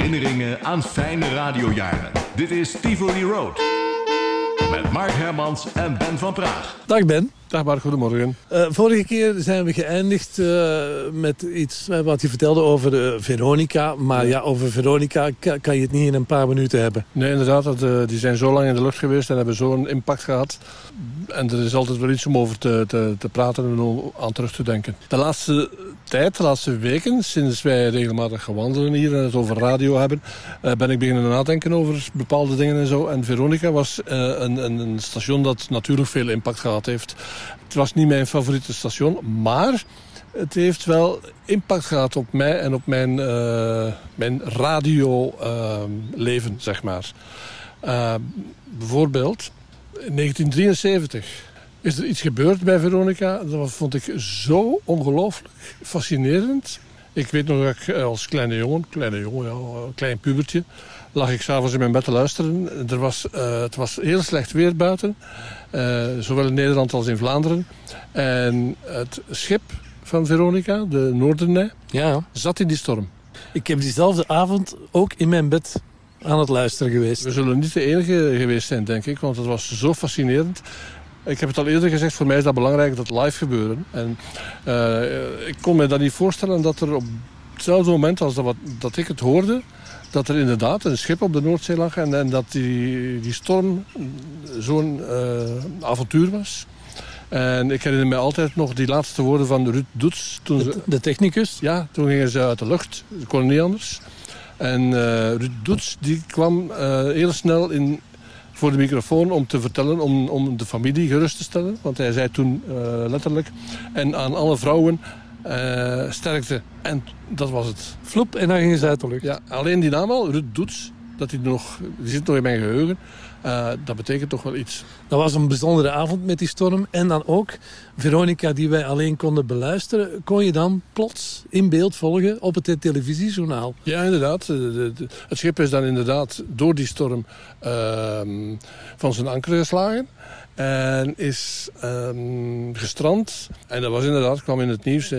herinneringen aan fijne radiojaren. Dit is Tivoli Road. Met Mark Hermans en Ben van Praag. Dag Ben. Dag Mark, goedemorgen. Vorige keer zijn we geëindigd met iets wat je vertelde over Veronica. Maar ja, over Veronica kan je het niet in een paar minuten hebben. Nee, inderdaad. Die zijn zo lang in de lucht geweest en hebben zo'n impact gehad. En er is altijd wel iets om over te praten en om aan terug te denken. De laatste weken, sinds wij regelmatig gaan wandelen hier en het over radio hebben, ben ik beginnen nadenken over bepaalde dingen en zo. En Veronica was een station dat natuurlijk veel impact gehad heeft. Het was niet mijn favoriete station, maar het heeft wel impact gehad op mij en op mijn radioleven, zeg maar. Bijvoorbeeld, in 1973 is er iets gebeurd bij Veronica. Dat vond ik zo ongelooflijk fascinerend. Ik weet nog dat ik als klein klein pubertje, lag ik 's avonds in mijn bed te luisteren. Het was heel slecht weer buiten, zowel in Nederland als in Vlaanderen. En het schip van Veronica, de Noorderney, zat in die storm. Ik heb diezelfde avond ook in mijn bed aan het luisteren geweest. We zullen niet de enige geweest zijn, denk ik, want het was zo fascinerend. Ik heb het al eerder gezegd, voor mij is dat belangrijk dat live gebeuren. En ik kon me dat niet voorstellen dat er op hetzelfde moment als dat ik het hoorde, dat er inderdaad een schip op de Noordzee lag en dat die storm zo'n avontuur was. En ik herinner me altijd nog die laatste woorden van Ruud Doets. De technicus? Ja, toen gingen ze uit de lucht. Ze konden niet anders. En Ruud Doets die kwam heel snel voor de microfoon om te vertellen, om de familie gerust te stellen. Want hij zei toen letterlijk, en aan alle vrouwen, sterkte. En dat was het. Vloep, en dan gingen ze uit de lucht. Ja, alleen die naam al, Ruud Doets, die zit nog in mijn geheugen. Dat betekent toch wel iets. Dat was een bijzondere avond met die storm. En dan ook Veronica, die wij alleen konden beluisteren, kon je dan plots in beeld volgen op het televisiejournaal. Ja, inderdaad. Het schip is dan inderdaad door die storm van zijn anker geslagen. En is gestrand. En dat was inderdaad, kwam in het nieuws.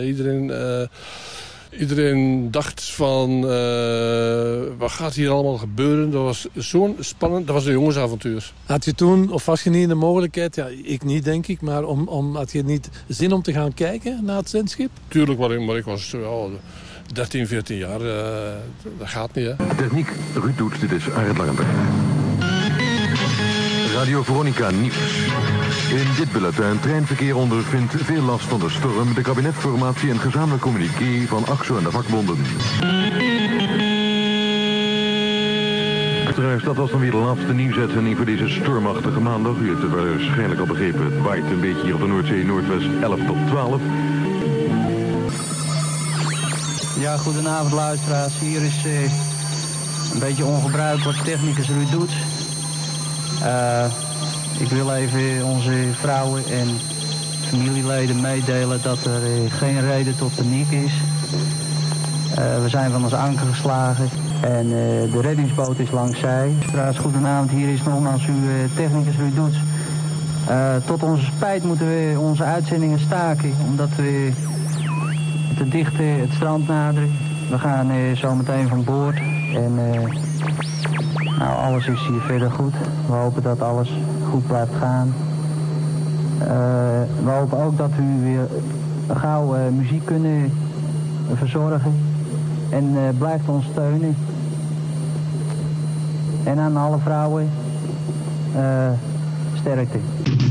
Iedereen dacht van, wat gaat hier allemaal gebeuren? Dat was zo'n spannend, dat was een jongensavontuur. Had je toen, of was je niet in de mogelijkheid, ja, ik niet denk ik, maar had je niet zin om te gaan kijken naar het zendschip? Tuurlijk, maar ik was 13, 14 jaar, dat gaat niet, hè. Techniek, Ruud Doets, dit is Arend Langenberg. Radio Veronica Nieuws. In dit bulletin: treinverkeer ondervindt veel last van de storm, de kabinetformatie en gezamenlijk communiqué van AXO en de vakbonden. Trouwens, dat was dan weer de laatste nieuwsuitzending voor deze stormachtige maandag. U heeft het waarschijnlijk al begrepen, het waait een beetje hier op de Noordzee, Noordwest 11 tot 12. Ja, goedenavond luisteraars. Hier is een beetje ongebruikelijk technicus Ruud Doets. Ik wil even onze vrouwen en familieleden meedelen dat er geen reden tot paniek is. We zijn van ons anker geslagen en de reddingsboot is langs zee. Trouwens, goedenavond, hier is nogmaals uw technicus Ruud Doets. Tot onze spijt moeten we onze uitzendingen staken, omdat we te dicht het strand naderen. We gaan zo meteen van boord en alles is hier verder goed. We hopen dat alles goed blijft gaan. We hopen ook dat we weer gauw muziek kunnen verzorgen. En blijft ons steunen. En aan alle vrouwen, sterkte.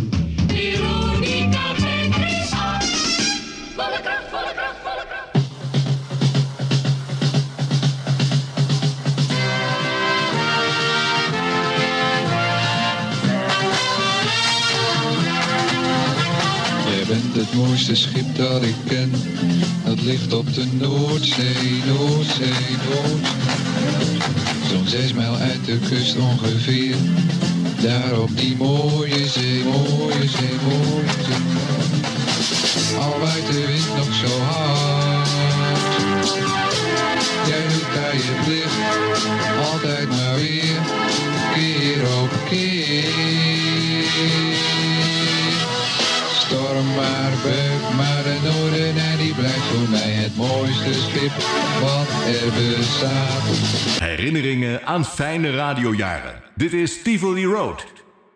Het mooiste schip dat ik ken, dat ligt op de Noordzee, Noordzee, Noordzee. Zo'n 6 mijl uit de kust ongeveer, daar op die mooie zee, mooie zee, mooie zee. Al waait de wind nog zo hard, jij doet bij je plicht, altijd maar weer, keer op keer. Storm maar, beuk maar de noorden en die blijft voor mij het mooiste schip wat er bestaat. Herinneringen aan fijne radiojaren. Dit is Tivoli Road.